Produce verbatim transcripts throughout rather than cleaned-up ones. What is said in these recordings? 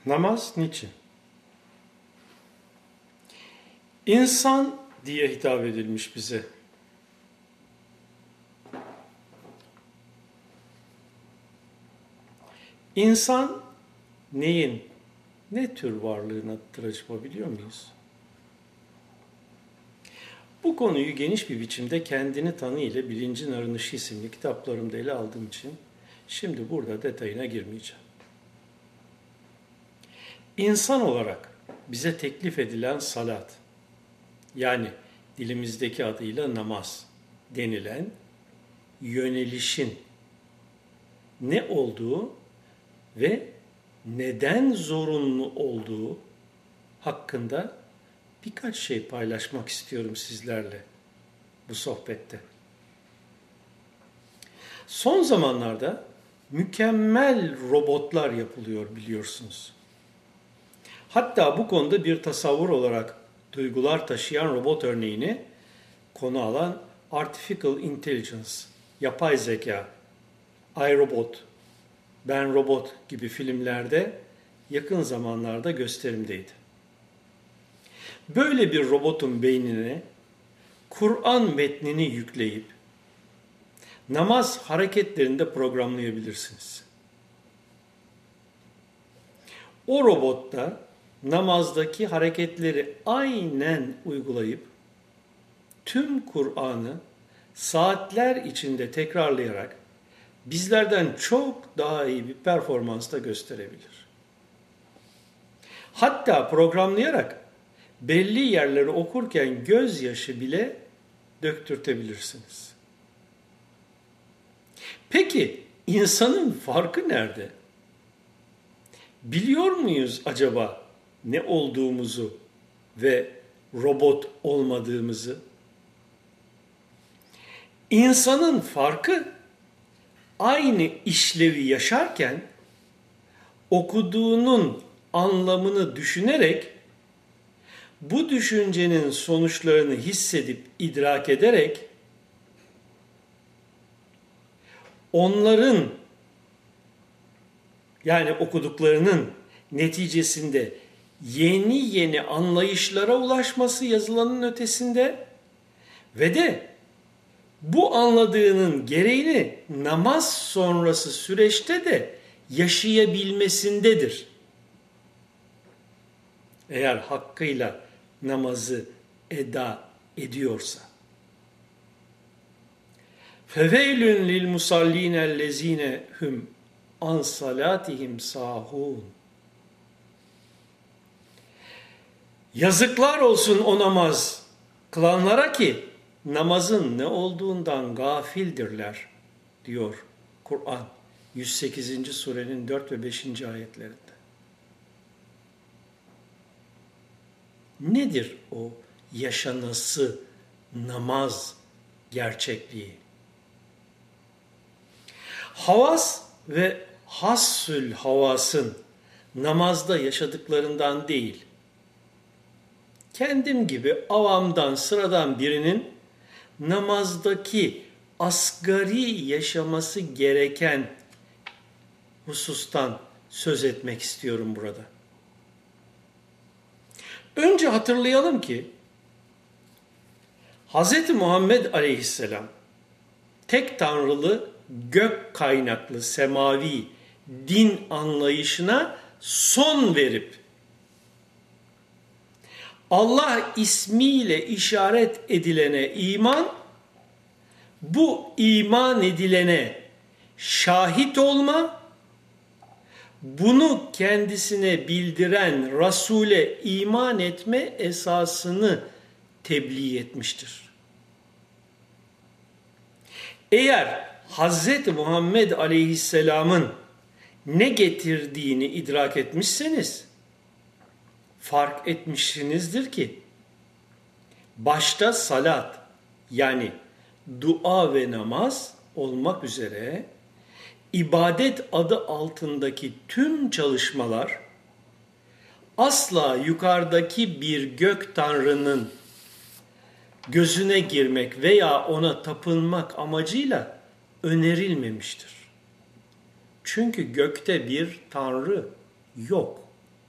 Namaz niçin? İnsan diye hitap edilmiş bize. İnsan neyin, ne tür varlığın adıdır acaba biliyor muyuz? Bu konuyu geniş bir biçimde Kendini Tanı ile Bilincin Arınışı isimli kitaplarımda ele aldığım için şimdi burada detayına girmeyeceğim. İnsan olarak bize teklif edilen salat, yani dilimizdeki adıyla namaz denilen yönelişin ne olduğu ve neden zorunlu olduğu hakkında birkaç şey paylaşmak istiyorum sizlerle bu sohbette. Son zamanlarda mükemmel robotlar yapılıyor biliyorsunuz. Hatta bu konuda bir tasavvur olarak duygular taşıyan robot örneğini konu alan Artificial Intelligence, yapay zeka, iRobot, Ben Robot gibi filmlerde yakın zamanlarda gösterimdeydi. Böyle bir robotun beynine Kur'an metnini yükleyip namaz hareketlerinde programlayabilirsiniz. O robotta namazdaki hareketleri aynen uygulayıp tüm Kur'an'ı saatler içinde tekrarlayarak bizlerden çok daha iyi bir performansta gösterebilir. Hatta programlayarak belli yerleri okurken gözyaşı bile döktürtebilirsiniz. Peki insanın farkı nerede? Biliyor muyuz acaba ne olduğumuzu ve robot olmadığımızı? İnsanın farkı aynı işlevi yaşarken okuduğunun anlamını düşünerek, bu düşüncenin sonuçlarını hissedip idrak ederek onların, yani okuduklarının neticesinde yeni yeni anlayışlara ulaşması yazılanın ötesinde ve de bu anladığının gereğini namaz sonrası süreçte de yaşayabilmesindedir. Eğer hakkıyla namazı eda ediyorsa. فَوَيْلٌ لِلْمُصَلِّينَ الَّذ۪ينَ hum an salatihim sahun. Yazıklar olsun o namaz kılanlara ki namazın ne olduğundan gafildirler diyor Kur'an yüz sekizinci surenin dört ve beşinci ayetlerinde. Nedir o yaşanası namaz gerçekliği? Havas ve hassül havasın namazda yaşadıklarından değil, kendim gibi avamdan, sıradan birinin namazdaki asgari yaşaması gereken husustan söz etmek istiyorum burada. Önce hatırlayalım ki Hz. Muhammed Aleyhisselam tek tanrılı, gök kaynaklı, semavi din anlayışına son verip Allah ismiyle işaret edilene iman, bu iman edilene şahit olma, bunu kendisine bildiren Resul'e iman etme esasını tebliğ etmiştir. Eğer Hz. Muhammed Aleyhisselam'ın ne getirdiğini idrak etmişseniz, fark etmişsinizdir ki, başta salat, yani dua ve namaz olmak üzere, ibadet adı altındaki tüm çalışmalar, asla yukarıdaki bir gök tanrının gözüne girmek veya ona tapınmak amacıyla önerilmemiştir. Çünkü gökte bir tanrı yok.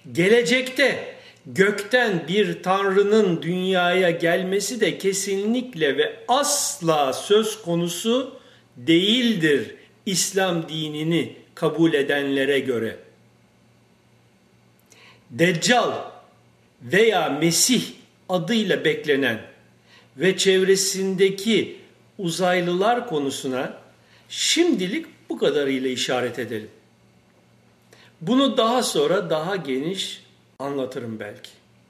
Gelecekte gökten bir tanrının dünyaya gelmesi de kesinlikle ve asla söz konusu değildir İslam dinini kabul edenlere göre. Deccal veya Mesih adıyla beklenen ve çevresindeki uzaylılar konusuna şimdilik bu kadarıyla işaret edelim. Bunu daha sonra daha geniş anlatırım belki.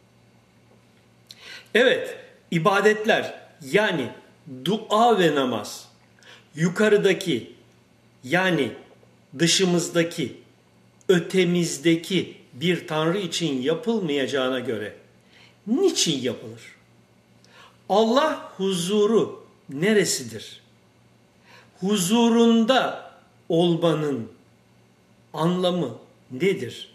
Evet, ibadetler yani dua ve namaz yukarıdaki yani dışımızdaki, ötemizdeki bir tanrı için yapılmayacağına göre niçin yapılır? Allah huzuru neresidir? Huzurunda olmanın anlamı nedir?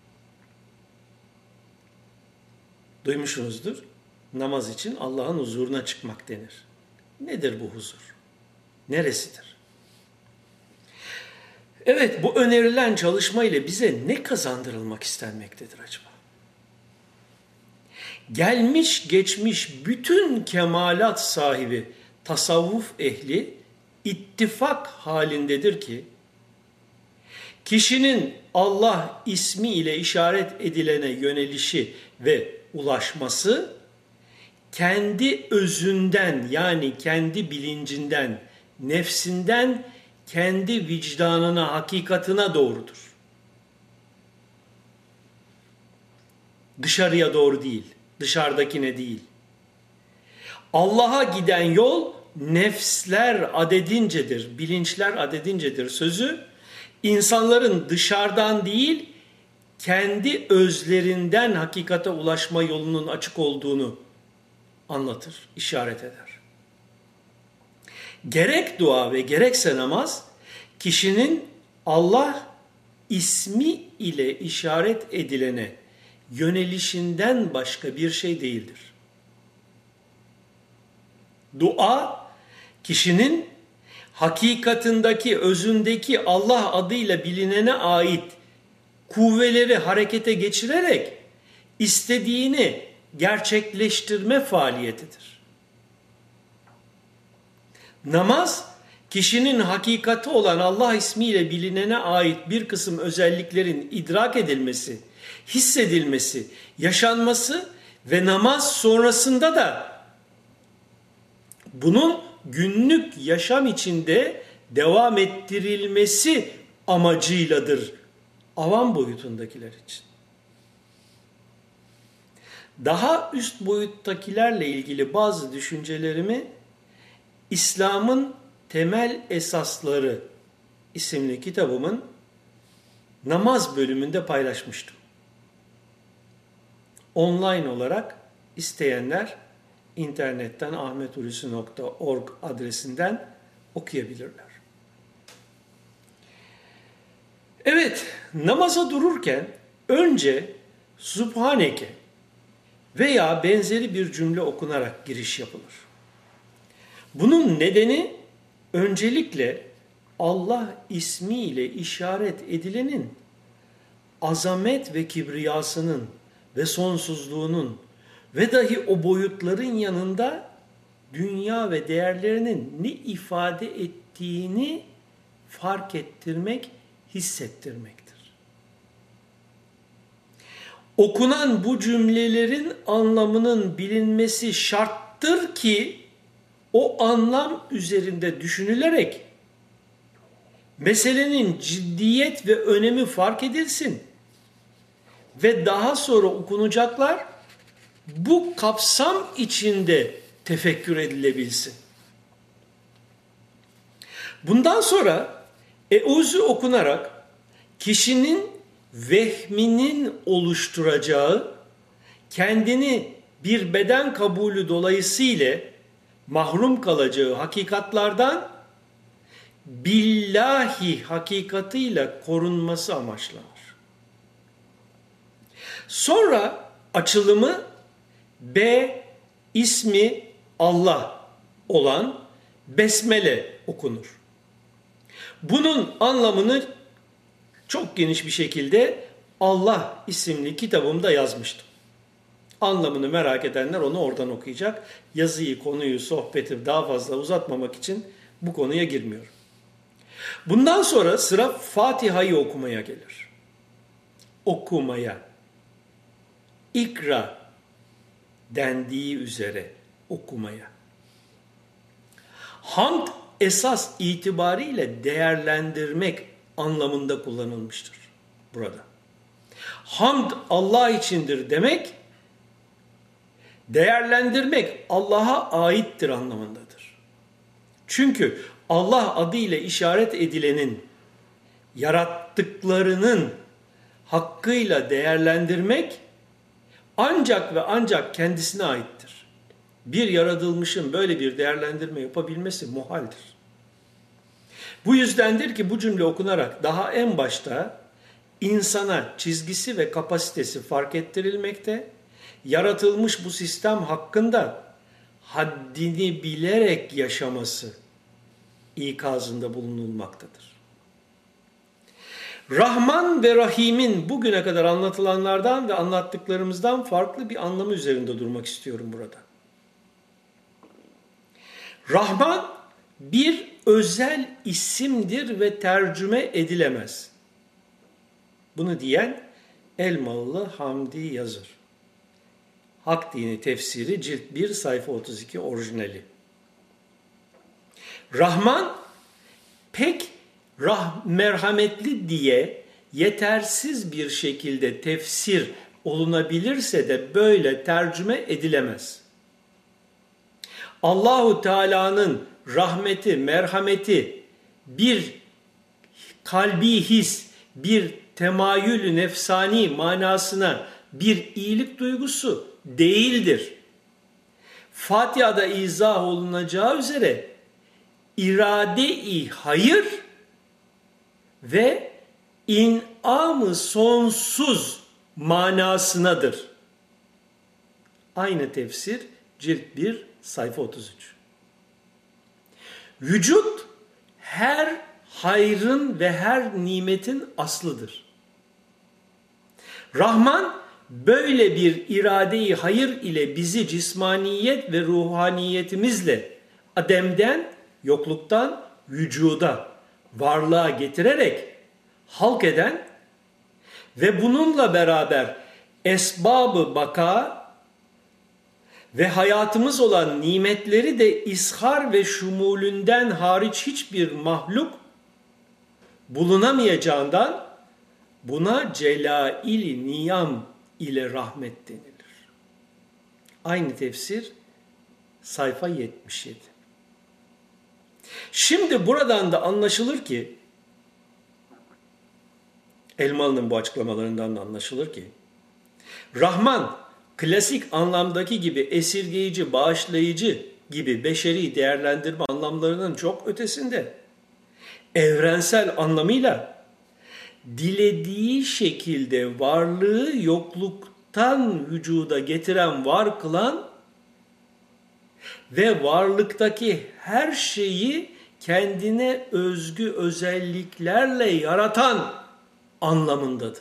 Duymuşsunuzdur. Namaz için Allah'ın huzuruna çıkmak denir. Nedir bu huzur? Neresidir? Evet, bu önerilen çalışma ile bize ne kazandırılmak istenmektedir acaba? Gelmiş geçmiş bütün kemalat sahibi tasavvuf ehli ittifak halindedir ki, kişinin Allah ismi ile işaret edilene yönelişi ve ulaşması, kendi özünden yani kendi bilincinden, nefsinden, kendi vicdanına, hakikatına doğrudur. Dışarıya doğru değil, dışarıdakine değil. Allah'a giden yol nefsler adedincedir, bilinçler adedincedir sözü, insanların dışarıdan değil, kendi özlerinden hakikate ulaşma yolunun açık olduğunu anlatır, işaret eder. Gerek dua ve gerekse namaz, kişinin Allah ismi ile işaret edilene yönelişinden başka bir şey değildir. Dua, kişinin hakikatindeki, özündeki Allah adıyla bilinene ait kuvveleri harekete geçirerek istediğini gerçekleştirme faaliyetidir. Namaz, kişinin hakikati olan Allah ismiyle bilinene ait bir kısım özelliklerin idrak edilmesi, hissedilmesi, yaşanması ve namaz sonrasında da bunun günlük yaşam içinde devam ettirilmesi amacıyladır avam boyutundakiler için. Daha üst boyuttakilerle ilgili bazı düşüncelerimi İslam'ın Temel Esasları isimli kitabımın namaz bölümünde paylaşmıştım. Online olarak isteyenler internetten ahmet hulusi nokta org adresinden okuyabilirler. Evet, namaza dururken önce Subhaneke veya benzeri bir cümle okunarak giriş yapılır. Bunun nedeni öncelikle Allah ismiyle işaret edilenin azamet ve kibriyasının ve sonsuzluğunun ve dahi o boyutların yanında dünya ve değerlerinin ne ifade ettiğini fark ettirmek, hissettirmektir. Okunan bu cümlelerin anlamının bilinmesi şarttır ki o anlam üzerinde düşünülerek meselenin ciddiyet ve önemi fark edilsin ve daha sonra okunacaklar bu kapsam içinde tefekkür edilebilsin. Bundan sonra Eûzü okunarak kişinin vehminin oluşturacağı kendini bir beden kabulü dolayısıyla mahrum kalacağı hakikatlardan billahi hakikatıyla korunması amaçlanır. Sonra açılımı B ismi Allah olan Besmele okunur. Bunun anlamını çok geniş bir şekilde Allah isimli kitabımda yazmıştım. Anlamını merak edenler onu oradan okuyacak. Yazıyı, konuyu, sohbeti daha fazla uzatmamak için bu konuya girmiyorum. Bundan sonra sıra Fatiha'yı okumaya gelir. Okumaya. İkra dendiği üzere okumaya. Hamd esas itibariyle değerlendirmek anlamında kullanılmıştır burada. Hamd Allah içindir demek, değerlendirmek Allah'a aittir anlamındadır. Çünkü Allah adıyla işaret edilenin, yarattıklarının hakkıyla değerlendirmek ancak ve ancak kendisine aittir. Bir yaratılmışın böyle bir değerlendirme yapabilmesi muhaldir. Bu yüzdendir ki bu cümle okunarak daha en başta insana çizgisi ve kapasitesi fark ettirilmekte, yaratılmış bu sistem hakkında haddini bilerek yaşaması ikazında bulunulmaktadır. Rahman ve Rahim'in bugüne kadar anlatılanlardan ve anlattıklarımızdan farklı bir anlamı üzerinde durmak istiyorum burada. Rahman bir özel isimdir ve tercüme edilemez. Bunu diyen Elmalı Hamdi Yazır. Hak Dini Tefsiri cilt bir sayfa otuz iki orijinali. Rahman pek rah merhametli diye yetersiz bir şekilde tefsir olunabilirse de böyle tercüme edilemez. Allahu Teala'nın rahmeti, merhameti bir kalbi his, bir temayül nefsani manasına bir iyilik duygusu değildir. Fatiha'da izah olunacağı üzere irade-i hayır ve in'am-ı sonsuz manasınadır. Aynı tefsir cilt bir sayfa otuz üç. Vücut her hayrın ve her nimetin aslıdır. Rahman böyle bir irade-i hayır ile bizi cismaniyet ve ruhaniyetimizle ademden, yokluktan vücuda, varlığa getirerek halk eden ve bununla beraber esbab-ı baka ve hayatımız olan nimetleri de ishar ve şumulünden hariç hiçbir mahluk bulunamayacağından buna celail-i niyam ile rahmet denilir. Aynı tefsir sayfa yetmiş yedi. Şimdi buradan da anlaşılır ki, Elmalı'nın bu açıklamalarından da anlaşılır ki, Rahman klasik anlamdaki gibi esirgeyici, bağışlayıcı gibi beşeri değerlendirme anlamlarının çok ötesinde, evrensel anlamıyla dilediği şekilde varlığı yokluktan vücuda getiren, var kılan ve varlıktaki her şeyi kendine özgü özelliklerle yaratan anlamındadır.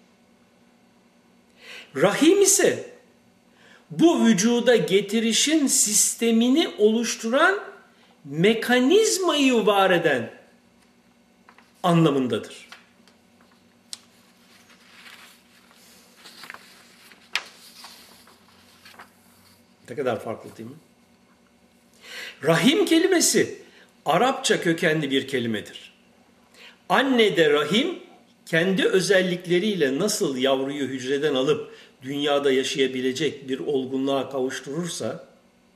Rahim ise bu vücuda getirişin sistemini oluşturan mekanizmayı var eden anlamındadır. Ne kadar farklı değil mi? Rahim kelimesi Arapça kökenli bir kelimedir. Anne de rahim kendi özellikleriyle nasıl yavruyu hücreden alıp dünyada yaşayabilecek bir olgunluğa kavuşturursa,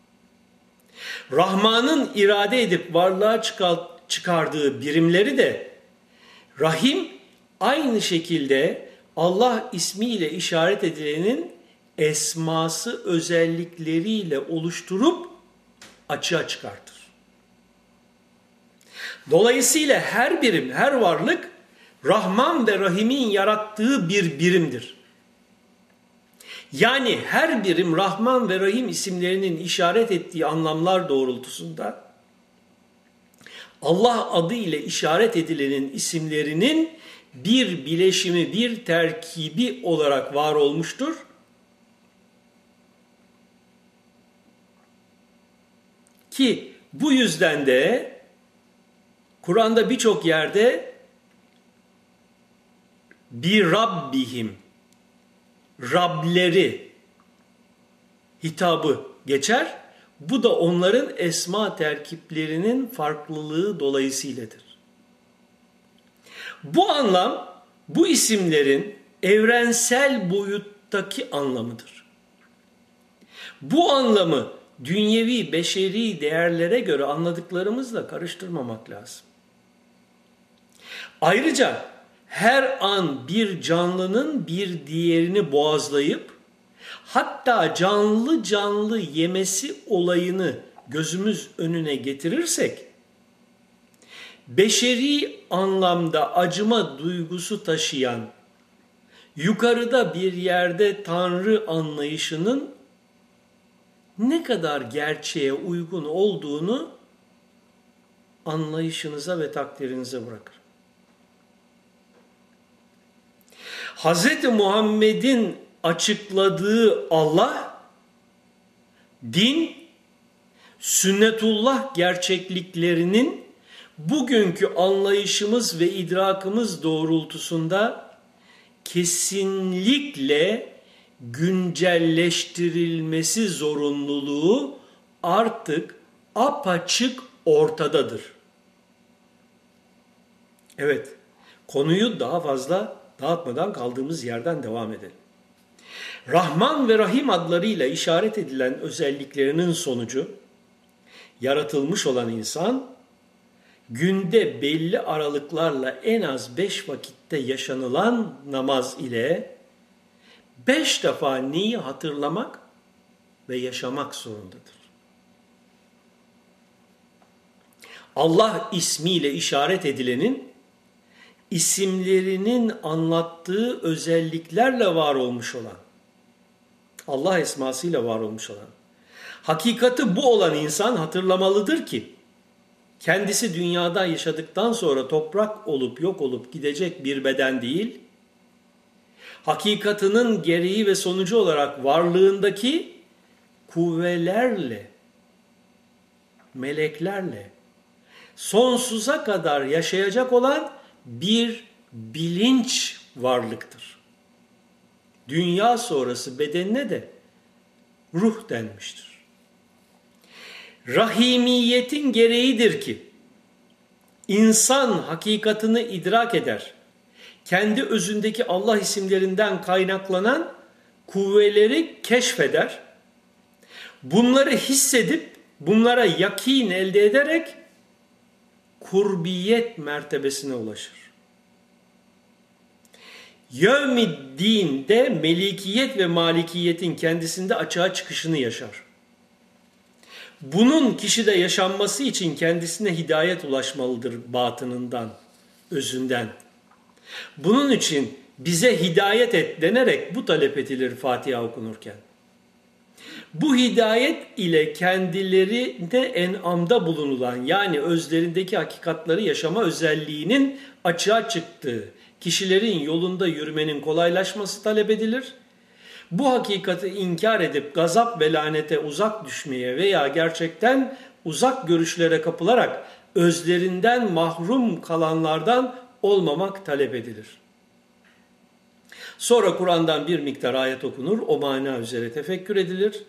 Rahman'ın irade edip varlığa çıkardığı birimleri de rahim aynı şekilde Allah ismiyle işaret edilenin esması özellikleriyle oluşturup açığa çıkartır. Dolayısıyla her birim, her varlık Rahman ve Rahim'in yarattığı bir birimdir. Yani her birim Rahman ve Rahim isimlerinin işaret ettiği anlamlar doğrultusunda Allah adı ile işaret edilenin isimlerinin bir bileşimi, bir terkibi olarak var olmuştur. Ki bu yüzden de Kur'an'da birçok yerde bir Rabbihim, Rableri hitabı geçer. Bu da onların esma terkiplerinin farklılığı dolayısıyladır. Bu anlam, bu isimlerin evrensel boyuttaki anlamıdır. Bu anlamı dünyevi, beşeri değerlere göre anladıklarımızla karıştırmamak lazım. Ayrıca her an bir canlının bir diğerini boğazlayıp, hatta canlı canlı yemesi olayını gözümüz önüne getirirsek, beşeri anlamda acıma duygusu taşıyan, yukarıda bir yerde Tanrı anlayışının ne kadar gerçeğe uygun olduğunu anlayışınıza ve takdirinize bırakır. Hz. Muhammed'in açıkladığı Allah, din, sünnetullah gerçekliklerinin bugünkü anlayışımız ve idrakımız doğrultusunda kesinlikle güncelleştirilmesi zorunluluğu artık apaçık ortadadır. Evet, konuyu daha fazla dağıtmadan kaldığımız yerden devam edelim. Rahman ve Rahim adlarıyla işaret edilen özelliklerinin sonucu, yaratılmış olan insan, günde belli aralıklarla en az beş vakitte yaşanılan namaz ile beş defa neyi hatırlamak ve yaşamak zorundadır. Allah ismiyle işaret edilenin, isimlerinin anlattığı özelliklerle var olmuş olan, Allah esmasıyla var olmuş olan, hakikati bu olan insan hatırlamalıdır ki, kendisi dünyada yaşadıktan sonra toprak olup yok olup gidecek bir beden değil, hakikatının gereği ve sonucu olarak varlığındaki kuvvelerle, meleklerle, sonsuza kadar yaşayacak olan bir bilinç varlıktır. Dünya sonrası bedenine de ruh denmiştir. Rahimiyetin gereğidir ki, insan hakikatını idrak eder, kendi özündeki Allah isimlerinden kaynaklanan kuvveleri keşfeder, bunları hissedip, bunlara yakin elde ederek kurbiyet mertebesine ulaşır. Yevmiddin'de melikiyet ve malikiyetin kendisinde açığa çıkışını yaşar. Bunun kişide yaşanması için kendisine hidayet ulaşmalıdır batınından, özünden. Bunun için bize hidayet et denerek bu talep edilir Fatiha okunurken. Bu hidayet ile kendilerine en'amda bulunulan, yani özlerindeki hakikatları yaşama özelliğinin açığa çıktığı kişilerin yolunda yürümenin kolaylaşması talep edilir. Bu hakikati inkar edip gazap ve lanete uzak düşmeye veya gerçekten uzak görüşlere kapılarak özlerinden mahrum kalanlardan olmamak talep edilir. Sonra Kur'an'dan bir miktar ayet okunur, o mana üzere tefekkür edilir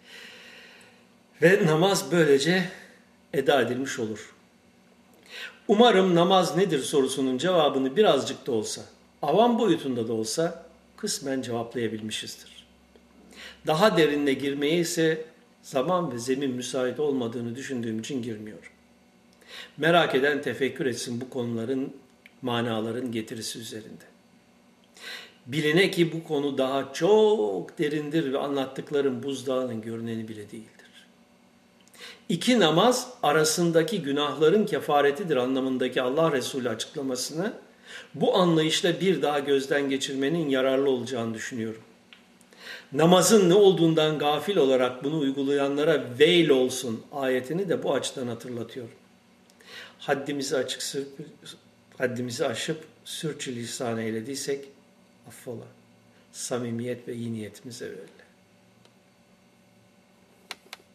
ve namaz böylece eda edilmiş olur. Umarım namaz nedir sorusunun cevabını birazcık da olsa, avam boyutunda da olsa kısmen cevaplayabilmişizdir. Daha derinine girmeye ise zaman ve zemin müsait olmadığını düşündüğüm için girmiyorum. Merak eden tefekkür etsin bu konuların, manaların getirisi üzerinde. Biline ki bu konu daha çok derindir ve anlattıklarım buzdağının görüneni bile değildir. İki namaz arasındaki günahların kefaretidir anlamındaki Allah Resulü açıklamasını bu anlayışla bir daha gözden geçirmenin yararlı olacağını düşünüyorum. Namazın ne olduğundan gafil olarak bunu uygulayanlara veil olsun ayetini de bu açıdan hatırlatıyorum. Haddimizi açık sür, haddimizi aşıp sürçülisan eylediysek affola. Samimiyet ve iyi niyetimize verile.